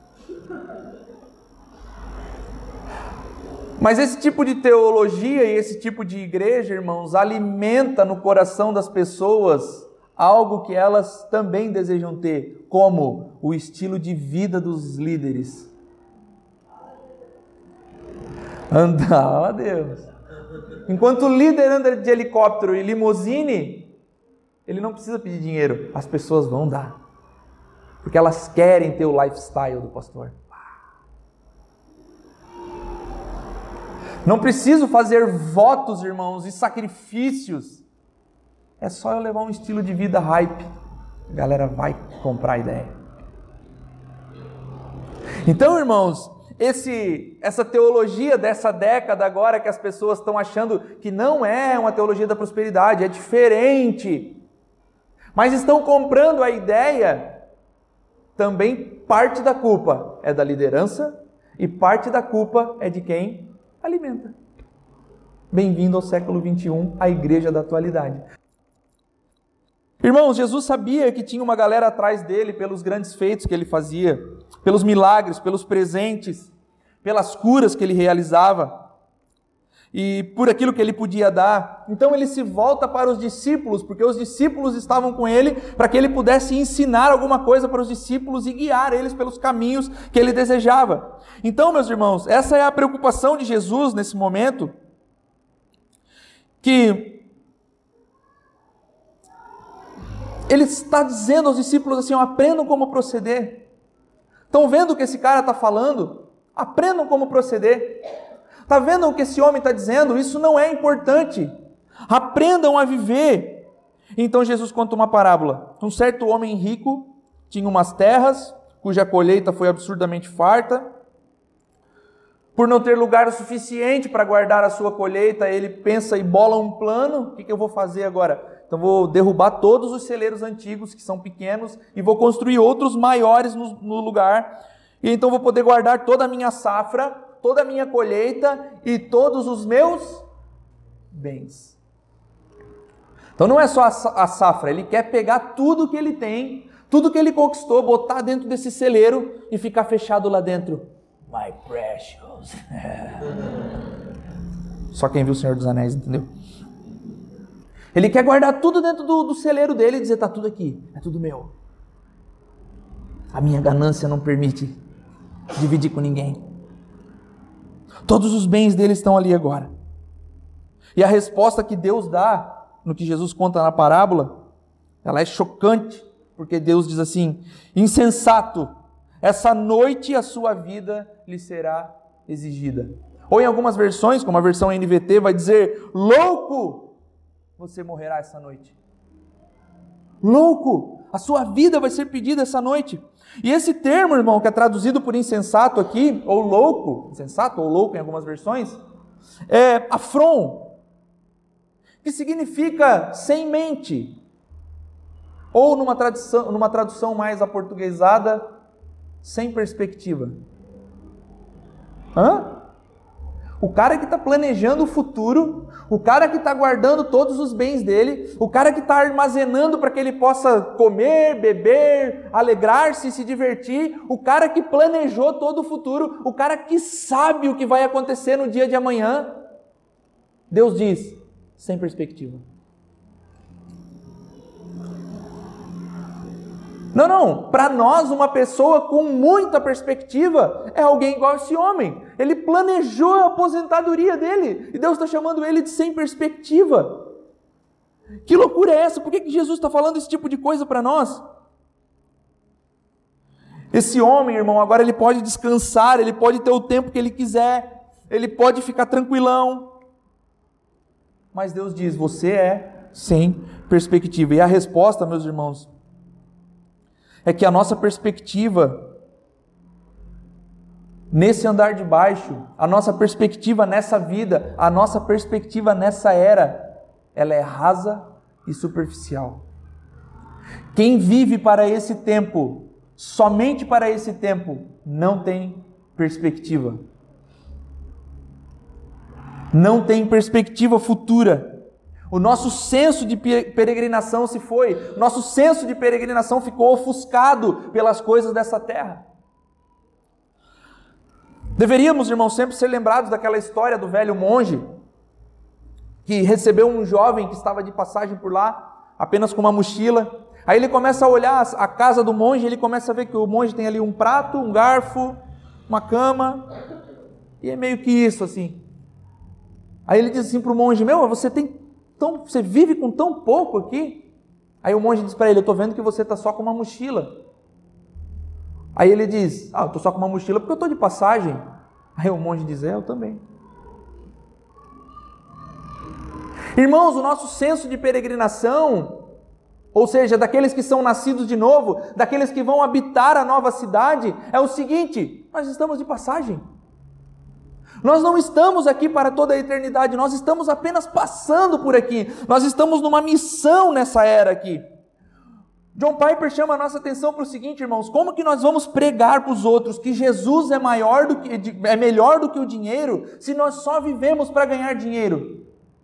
Mas esse tipo de teologia e esse tipo de igreja, irmãos, alimenta no coração das pessoas algo que elas também desejam ter, como o estilo de vida dos líderes. Andar, ó Deus. Enquanto o líder anda de helicóptero e limusine, ele não precisa pedir dinheiro, as pessoas vão dar. Porque elas querem ter o lifestyle do pastor. Não preciso fazer votos, irmãos, e sacrifícios. É só eu levar um estilo de vida hype. A galera vai comprar a ideia. Então, irmãos, esse, essa teologia dessa década agora que as pessoas estão achando que não é uma teologia da prosperidade, é diferente. Mas estão comprando a ideia, também parte da culpa é da liderança e parte da culpa é de quem? Alimenta. Bem-vindo ao século vinte e um, a igreja da atualidade. Irmãos, Jesus sabia que tinha uma galera atrás dele pelos grandes feitos que ele fazia, pelos milagres, pelos presentes, pelas curas que ele realizava e por aquilo que ele podia dar. Então ele se volta para os discípulos, porque os discípulos estavam com ele para que ele pudesse ensinar alguma coisa para os discípulos e guiar eles pelos caminhos que ele desejava. Então, meus irmãos, essa é a preocupação de Jesus nesse momento, que Ele está dizendo aos discípulos assim, aprendam como proceder. Estão vendo o que esse cara está falando? Aprendam como proceder. Está vendo o que esse homem está dizendo? Isso não é importante. Aprendam a viver. Então Jesus conta uma parábola. Um certo homem rico tinha umas terras, cuja colheita foi absurdamente farta. Por não ter lugar suficiente para guardar a sua colheita, ele pensa e bola um plano. O que, que eu vou fazer agora? Então vou derrubar todos os celeiros antigos, que são pequenos, e vou construir outros maiores no, no lugar. E então vou poder guardar toda a minha safra, toda a minha colheita e todos os meus bens. Então não é só a safra, ele quer pegar tudo que ele tem, tudo que ele conquistou, botar dentro desse celeiro e ficar fechado lá dentro. My precious. Só quem viu o Senhor dos Anéis entendeu? Ele quer guardar tudo dentro do, do celeiro dele e dizer, está tudo aqui, é tudo meu. A minha ganância não permite dividir com ninguém. Todos os bens dele estão ali agora. E a resposta que Deus dá, no que Jesus conta na parábola, ela é chocante, porque Deus diz assim, insensato, essa noite a sua vida lhe será exigida. Ou em algumas versões, como a versão N V T, vai dizer, louco, você morrerá essa noite. Louco, a sua vida vai ser pedida essa noite. E esse termo, irmão, que é traduzido por insensato aqui, ou louco, insensato ou louco em algumas versões, é afron, que significa sem mente. Ou numa tradução, numa tradução mais aportuguesada, sem perspectiva. Hã? O cara que está planejando o futuro, o cara que está guardando todos os bens dele, o cara que está armazenando para que ele possa comer, beber, alegrar-se, se divertir, o cara que planejou todo o futuro, o cara que sabe o que vai acontecer no dia de amanhã, Deus diz, sem perspectiva. Não, não, para nós uma pessoa com muita perspectiva é alguém igual a esse homem. Ele planejou a aposentadoria dele e Deus está chamando ele de sem perspectiva. Que loucura é essa? Por que que Jesus está falando esse tipo de coisa para nós? Esse homem, irmão, agora ele pode descansar, ele pode ter o tempo que ele quiser, ele pode ficar tranquilão. Mas Deus diz, você é sem perspectiva. E a resposta, meus irmãos, é que a nossa perspectiva nesse andar de baixo, a nossa perspectiva nessa vida, a nossa perspectiva nessa era, ela é rasa e superficial. Quem vive para esse tempo, somente para esse tempo, não tem perspectiva. Não tem perspectiva futura. O nosso senso de peregrinação se foi, nosso senso de peregrinação ficou ofuscado pelas coisas dessa terra. Deveríamos, irmãos, sempre ser lembrados daquela história do velho monge, que recebeu um jovem que estava de passagem por lá, apenas com uma mochila. Aí ele começa a olhar a casa do monge, ele começa a ver que o monge tem ali um prato, um garfo, uma cama, e é meio que isso assim. Aí ele diz assim para o monge, meu, você tem Então, você vive com tão pouco aqui? Aí o monge diz para ele, eu estou vendo que você está só com uma mochila. Aí ele diz, ah, eu estou só com uma mochila porque eu estou de passagem. Aí o monge diz, é, eu também. Irmãos, o nosso senso de peregrinação, ou seja, daqueles que são nascidos de novo, daqueles que vão habitar a nova cidade, é o seguinte, nós estamos de passagem. Nós não estamos aqui para toda a eternidade, nós estamos apenas passando por aqui, nós estamos numa missão nessa era aqui. John Piper chama a nossa atenção para o seguinte, irmãos, como que nós vamos pregar para os outros que Jesus é, maior do que, é melhor do que o dinheiro, se nós só vivemos para ganhar dinheiro?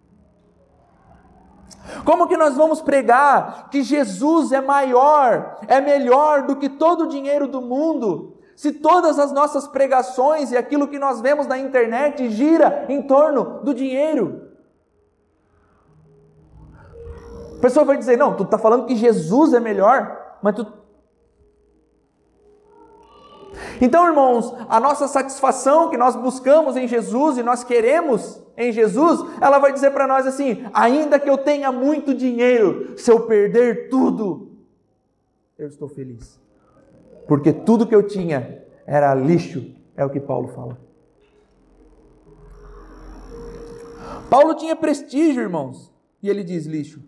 Como que nós vamos pregar que Jesus é maior, é melhor do que todo o dinheiro do mundo, se todas as nossas pregações e aquilo que nós vemos na internet gira em torno do dinheiro? A pessoa vai dizer, não, tu está falando que Jesus é melhor, mas tu... Então, irmãos, a nossa satisfação que nós buscamos em Jesus e nós queremos em Jesus, ela vai dizer para nós assim, ainda que eu tenha muito dinheiro, se eu perder tudo, eu estou feliz. Porque tudo que eu tinha era lixo, é o que Paulo fala. Paulo tinha prestígio, irmãos, e ele diz lixo.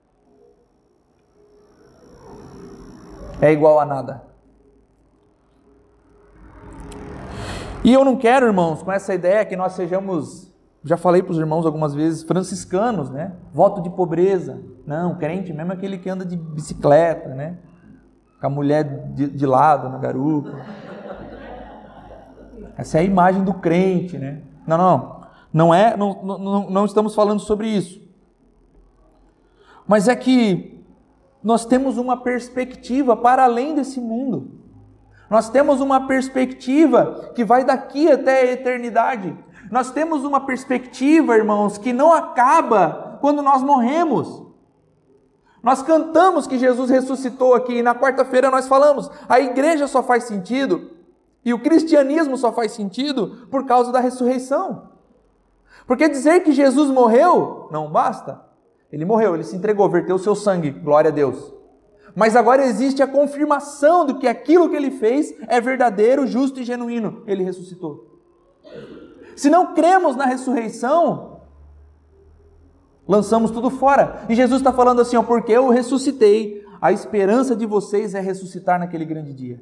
É igual a nada. E eu não quero, irmãos, com essa ideia que nós sejamos, já falei para os irmãos algumas vezes, franciscanos, né? Voto de pobreza. Não, crente mesmo é aquele que anda de bicicleta, né? Com a mulher de, de lado, na garupa. Essa é a imagem do crente, né? Não, não, não é, não, não, não estamos falando sobre isso. Mas é que nós temos uma perspectiva para além desse mundo. Nós temos uma perspectiva que vai daqui até a eternidade. Nós temos uma perspectiva, irmãos, que não acaba quando nós morremos. Nós cantamos que Jesus ressuscitou aqui, e na quarta-feira nós falamos, a igreja só faz sentido, e o cristianismo só faz sentido por causa da ressurreição. Porque dizer que Jesus morreu não basta. Ele morreu, ele se entregou, verteu o seu sangue, glória a Deus. Mas agora existe a confirmação de que aquilo que ele fez é verdadeiro, justo e genuíno. Ele ressuscitou. Se não cremos na ressurreição, lançamos tudo fora. E Jesus está falando assim, ó, porque eu ressuscitei, a esperança de vocês é ressuscitar naquele grande dia.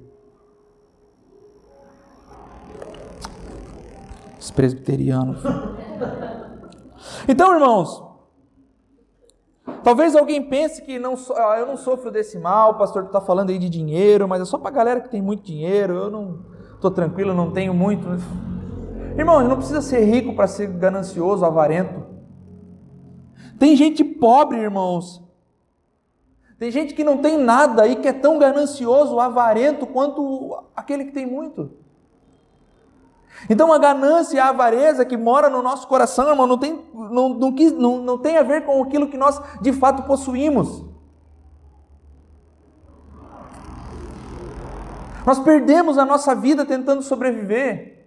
Os presbiterianos. Então, irmãos, talvez alguém pense que não, ah, eu não sofro desse mal, o pastor está falando aí de dinheiro, mas é só para a galera que tem muito dinheiro, eu não estou tranquilo, não tenho muito. Irmão, não precisa ser rico para ser ganancioso, avarento. Tem gente pobre, irmãos. Tem gente que não tem nada e que é tão ganancioso, avarento, quanto aquele que tem muito. Então a ganância e a avareza que mora no nosso coração, irmão, não tem, não, não, não, não tem a ver com aquilo que nós de fato possuímos. Nós perdemos a nossa vida tentando sobreviver.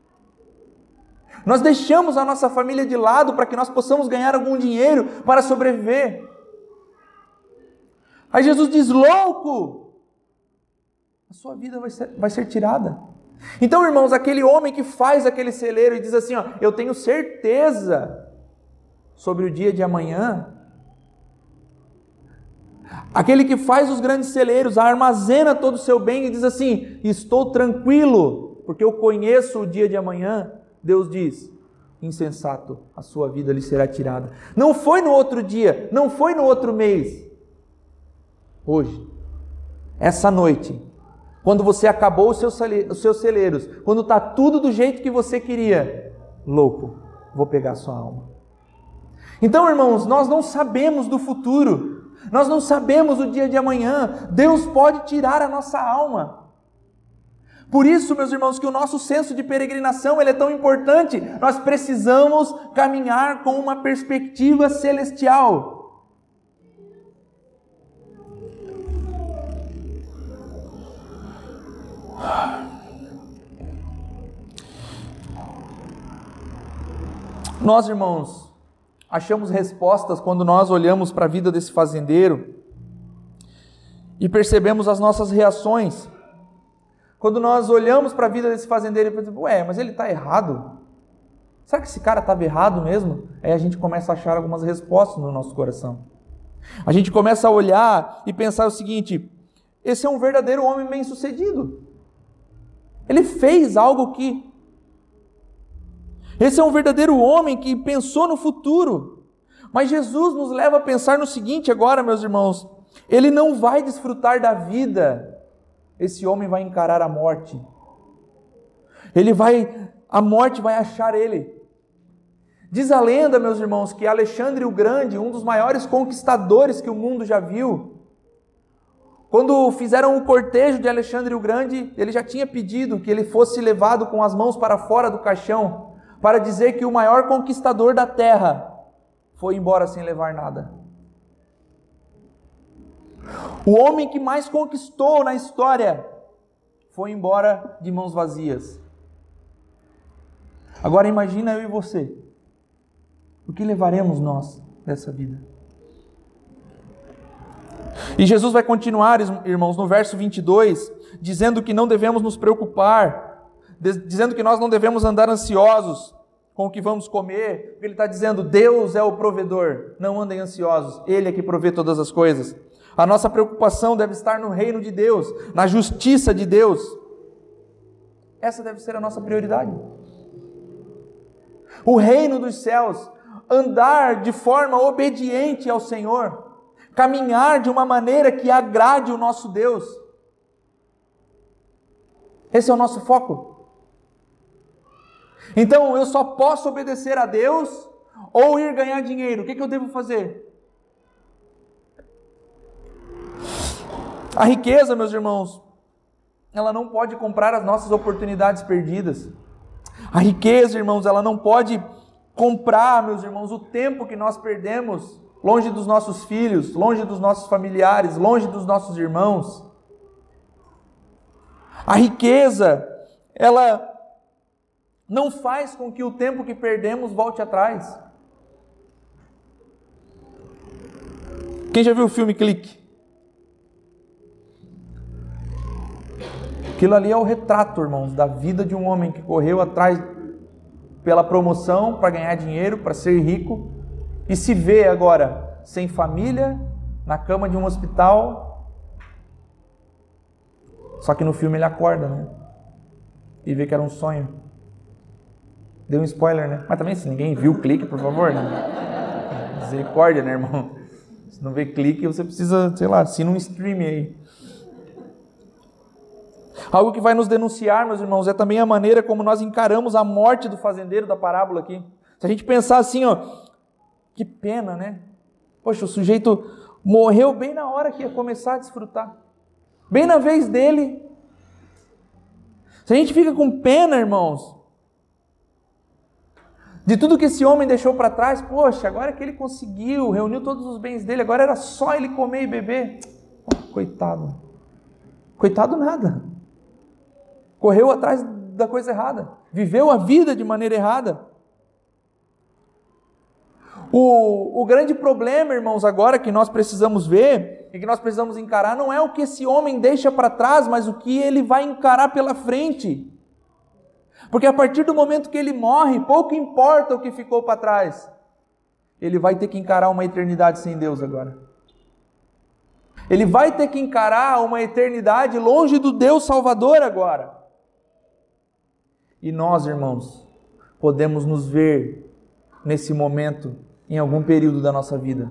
Nós deixamos a nossa família de lado para que nós possamos ganhar algum dinheiro para sobreviver. Aí Jesus diz, louco, a sua vida vai ser, vai ser tirada. Então, irmãos, aquele homem que faz aquele celeiro e diz assim, ó, eu tenho certeza sobre o dia de amanhã. Aquele que faz os grandes celeiros, armazena todo o seu bem e diz assim, estou tranquilo, porque eu conheço o dia de amanhã. Deus diz, insensato, a sua vida lhe será tirada. Não foi no outro dia, não foi no outro mês. Hoje, essa noite, quando você acabou os seus, os seus celeiros, quando está tudo do jeito que você queria, louco, vou pegar a sua alma. Então, irmãos, nós não sabemos do futuro, nós não sabemos o dia de amanhã, Deus pode tirar a nossa alma. Por isso, meus irmãos, que o nosso senso de peregrinação ele é tão importante, nós precisamos caminhar com uma perspectiva celestial. Nós, irmãos, achamos respostas quando nós olhamos para a vida desse fazendeiro e percebemos as nossas reações. Quando nós olhamos para a vida desse fazendeiro e pensamos, ué, mas ele está errado? Será que esse cara estava errado mesmo? Aí a gente começa a achar algumas respostas no nosso coração. A gente começa a olhar e pensar o seguinte, esse é um verdadeiro homem bem-sucedido. Ele fez algo que... Esse é um verdadeiro homem que pensou no futuro. Mas Jesus nos leva a pensar no seguinte agora, meus irmãos. Ele não vai desfrutar da vida. Esse homem vai encarar a morte. Ele vai... A morte vai achar ele. Diz a lenda, meus irmãos, que Alexandre o Grande, um dos maiores conquistadores que o mundo já viu, quando fizeram o cortejo de Alexandre o Grande, ele já tinha pedido que ele fosse levado com as mãos para fora do caixão, para dizer que o maior conquistador da terra foi embora sem levar nada. O homem que mais conquistou na história foi embora de mãos vazias. Agora imagina eu e você. O que levaremos nós dessa vida? E Jesus vai continuar, irmãos, no verso vinte e dois, dizendo que não devemos nos preocupar, dizendo que nós não devemos andar ansiosos com o que vamos comer. Ele está dizendo, Deus é o provedor, não andem ansiosos, Ele é que provê todas as coisas. A nossa preocupação deve estar no reino de Deus, na justiça de Deus. Essa deve ser a nossa prioridade. O reino dos céus, andar de forma obediente ao Senhor, caminhar de uma maneira que agrade o nosso Deus. Esse é o nosso foco. Então, eu só posso obedecer a Deus ou ir ganhar dinheiro. O que, que eu devo fazer? A riqueza, meus irmãos, ela não pode comprar as nossas oportunidades perdidas. A riqueza, irmãos, ela não pode comprar, meus irmãos, o tempo que nós perdemos longe dos nossos filhos, longe dos nossos familiares, longe dos nossos irmãos. A riqueza, ela não faz com que o tempo que perdemos volte atrás. Quem já viu o filme Clique? Aquilo ali é o retrato, irmãos, da vida de um homem que correu atrás pela promoção, para ganhar dinheiro, para ser rico, e se vê agora sem família, na cama de um hospital. Só que no filme ele acorda, né? E vê que era um sonho. Deu um spoiler, né? Mas também, se ninguém viu o Clique, por favor, né? Misericórdia, né, irmão? Se não vê Clique, você precisa, sei lá, assina um stream aí. Algo que vai nos denunciar, meus irmãos, é também a maneira como nós encaramos a morte do fazendeiro da parábola aqui. Se a gente pensar assim, ó, que pena, né? Poxa, o sujeito morreu bem na hora que ia começar a desfrutar. Bem na vez dele. Se a gente fica com pena, irmãos, de tudo que esse homem deixou para trás, poxa, agora que ele conseguiu, reuniu todos os bens dele, agora era só ele comer e beber. Oh, coitado. Coitado nada. Correu atrás da coisa errada. Viveu a vida de maneira errada. O, o grande problema, irmãos, agora que nós precisamos ver e que nós precisamos encarar não é o que esse homem deixa para trás, mas o que ele vai encarar pela frente. Porque a partir do momento que ele morre, pouco importa o que ficou para trás. Ele vai ter que encarar uma eternidade sem Deus agora. Ele vai ter que encarar uma eternidade longe do Deus Salvador agora. E nós, irmãos, podemos nos ver nesse momento, em algum período da nossa vida.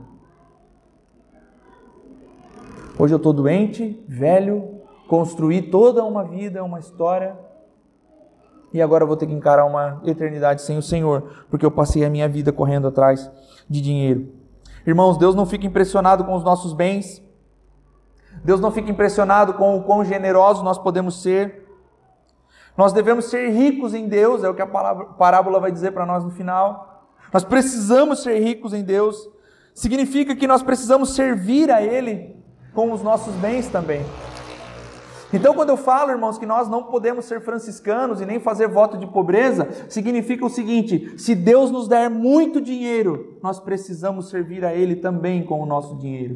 Hoje eu estou doente, velho, construí toda uma vida, uma história, e agora eu vou ter que encarar uma eternidade sem o Senhor, porque eu passei a minha vida correndo atrás de dinheiro. Irmãos, Deus não fica impressionado com os nossos bens, Deus não fica impressionado com o quão generosos nós podemos ser. Nós devemos ser ricos em Deus, é o que a parábola vai dizer para nós no final. Nós precisamos ser ricos em Deus. Significa que nós precisamos servir a Ele com os nossos bens também. Então, quando eu falo, irmãos, que nós não podemos ser franciscanos e nem fazer voto de pobreza, significa o seguinte: se Deus nos der muito dinheiro, nós precisamos servir a Ele também com o nosso dinheiro.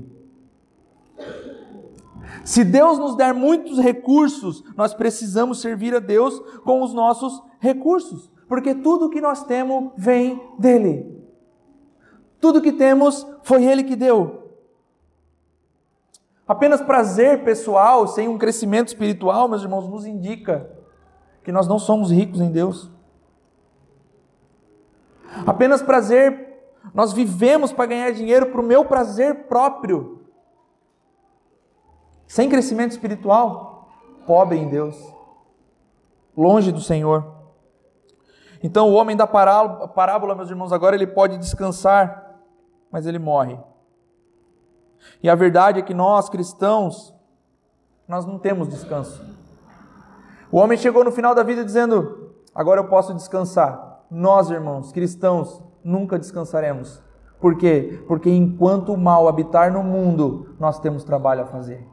Se Deus nos der muitos recursos, nós precisamos servir a Deus com os nossos recursos, porque tudo que nós temos vem dEle. Tudo que temos foi Ele que deu. Apenas prazer pessoal, sem um crescimento espiritual, meus irmãos, nos indica que nós não somos ricos em Deus. Apenas prazer, nós vivemos para ganhar dinheiro para o meu prazer próprio. Sem crescimento espiritual, pobre em Deus, longe do Senhor. Então o homem da parábola, meus irmãos, agora ele pode descansar, mas ele morre. E a verdade é que nós, cristãos, nós não temos descanso. O homem chegou no final da vida dizendo, agora eu posso descansar. Nós, irmãos, cristãos, nunca descansaremos. Por quê? Porque enquanto o mal habitar no mundo, nós temos trabalho a fazer.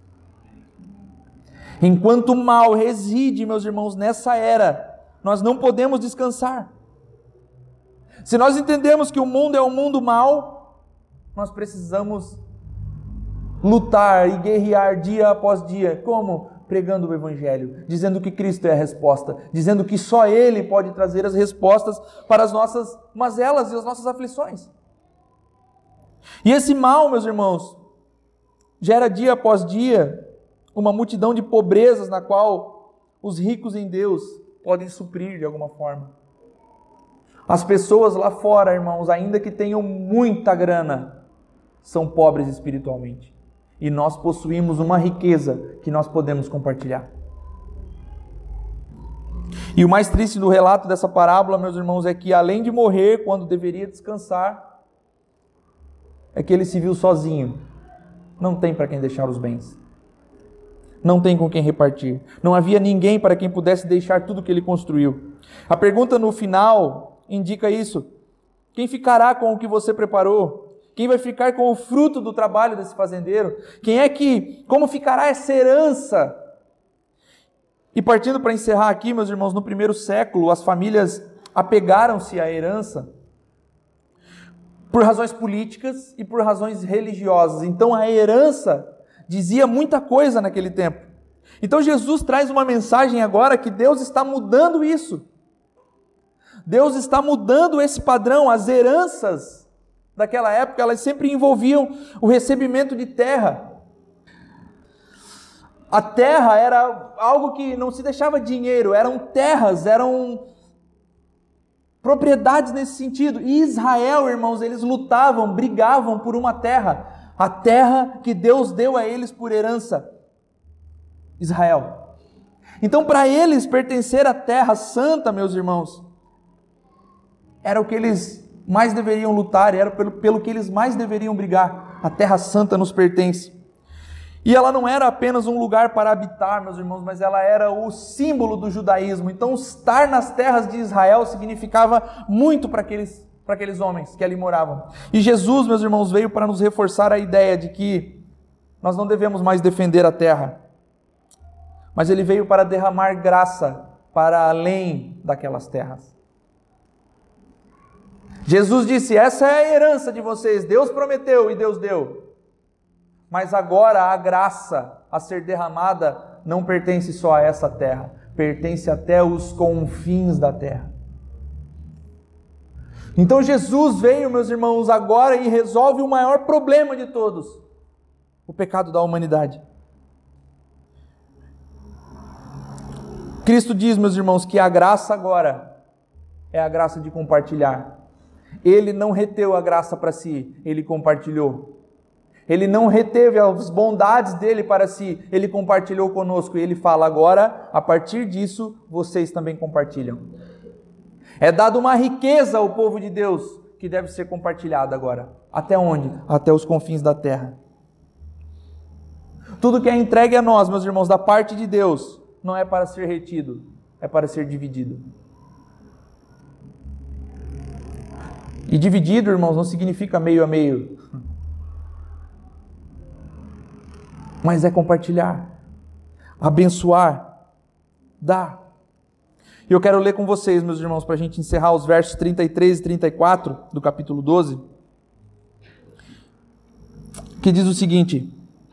Enquanto o mal reside, meus irmãos, nessa era, nós não podemos descansar. Se nós entendemos que o mundo é um mundo mau, nós precisamos lutar e guerrear dia após dia. Como? Pregando o Evangelho, dizendo que Cristo é a resposta, dizendo que só Ele pode trazer as respostas para as nossas mazelas e as nossas aflições. E esse mal, meus irmãos, gera dia após dia uma multidão de pobrezas na qual os ricos em Deus podem suprir de alguma forma. As pessoas lá fora, irmãos, ainda que tenham muita grana, são pobres espiritualmente. E nós possuímos uma riqueza que nós podemos compartilhar. E o mais triste do relato dessa parábola, meus irmãos, é que além de morrer quando deveria descansar, é que ele se viu sozinho. Não tem para quem deixar os bens. Não tem com quem repartir. Não havia ninguém para quem pudesse deixar tudo que ele construiu. A pergunta no final indica isso. Quem ficará com o que você preparou? Quem vai ficar com o fruto do trabalho desse fazendeiro? Quem é que, como ficará essa herança? E partindo para encerrar aqui, meus irmãos, no primeiro século, as famílias apegaram-se à herança por razões políticas e por razões religiosas. Então a herança dizia muita coisa naquele tempo. Então Jesus traz uma mensagem agora que Deus está mudando isso. Deus está mudando esse padrão. As heranças daquela época, elas sempre envolviam o recebimento de terra. A terra era algo que não se deixava dinheiro, eram terras, eram propriedades nesse sentido. E Israel, irmãos, eles lutavam, brigavam por uma terra, a terra que Deus deu a eles por herança, Israel. Então, para eles pertencer à terra santa, meus irmãos, era o que eles mais deveriam lutar, era pelo, pelo que eles mais deveriam brigar. A terra santa nos pertence. E ela não era apenas um lugar para habitar, meus irmãos, mas ela era o símbolo do judaísmo. Então, estar nas terras de Israel significava muito para aqueles, para aqueles homens que ali moravam. E Jesus, meus irmãos, veio para nos reforçar a ideia de que nós não devemos mais defender a terra, mas Ele veio para derramar graça para além daquelas terras. Jesus disse, essa é a herança de vocês, Deus prometeu e Deus deu. Mas agora a graça a ser derramada não pertence só a essa terra, pertence até os confins da terra. Então Jesus veio, meus irmãos, agora e resolve o maior problema de todos, o pecado da humanidade. Cristo diz, meus irmãos, que a graça agora é a graça de compartilhar. Ele não reteu a graça para si, Ele compartilhou. Ele não reteve as bondades dele para si, Ele compartilhou conosco. E Ele fala agora, a partir disso, vocês também compartilham. É dada uma riqueza ao povo de Deus, que deve ser compartilhada agora. Até onde? Até os confins da terra. Tudo que é entregue a nós, meus irmãos, da parte de Deus, não é para ser retido, é para ser dividido. E dividido, irmãos, não significa meio a meio, mas é compartilhar, abençoar, dar. E eu quero ler com vocês, meus irmãos, para a gente encerrar os versos trinta e três e trinta e quatro do capítulo doze, que diz o seguinte: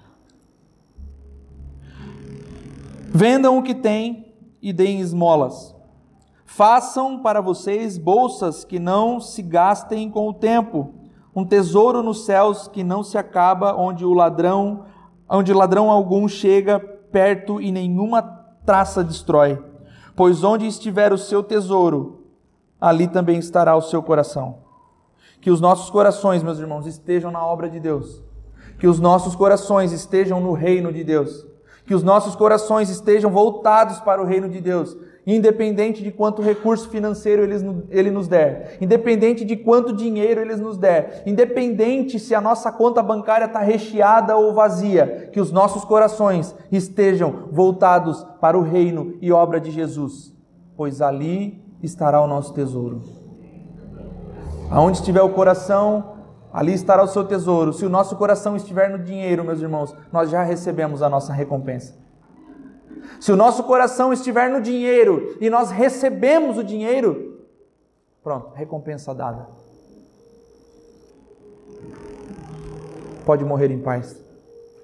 vendam o que têm e deem esmolas. Façam para vocês bolsas que não se gastem com o tempo, um tesouro nos céus que não se acaba, onde o ladrão, onde ladrão algum chega perto e nenhuma traça destrói. Pois onde estiver o seu tesouro, ali também estará o seu coração. Que os nossos corações, meus irmãos, estejam na obra de Deus. Que os nossos corações estejam no reino de Deus. Que os nossos corações estejam voltados para o reino de Deus, independente de quanto recurso financeiro Ele nos der, independente de quanto dinheiro Ele nos der, independente se a nossa conta bancária está recheada ou vazia, que os nossos corações estejam voltados para o reino e obra de Jesus, pois ali estará o nosso tesouro. Aonde estiver o coração, ali estará o seu tesouro. Se o nosso coração estiver no dinheiro, meus irmãos, nós já recebemos a nossa recompensa. Se o nosso coração estiver no dinheiro e nós recebemos o dinheiro, pronto, recompensa dada. Pode morrer em paz.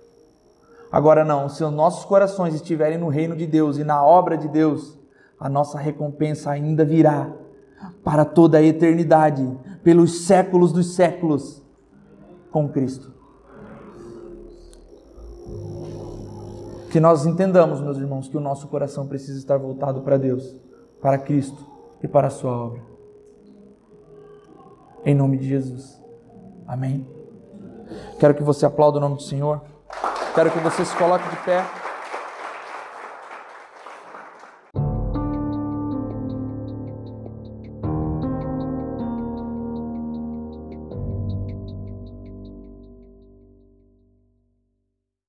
Agora não, se os nossos corações estiverem no reino de Deus e na obra de Deus, a nossa recompensa ainda virá para toda a eternidade, pelos séculos dos séculos, com Cristo. Que nós entendamos, meus irmãos, que o nosso coração precisa estar voltado para Deus, para Cristo e para a sua obra. Em nome de Jesus. Amém. Quero que você aplaude o nome do Senhor. Quero que você se coloque de pé.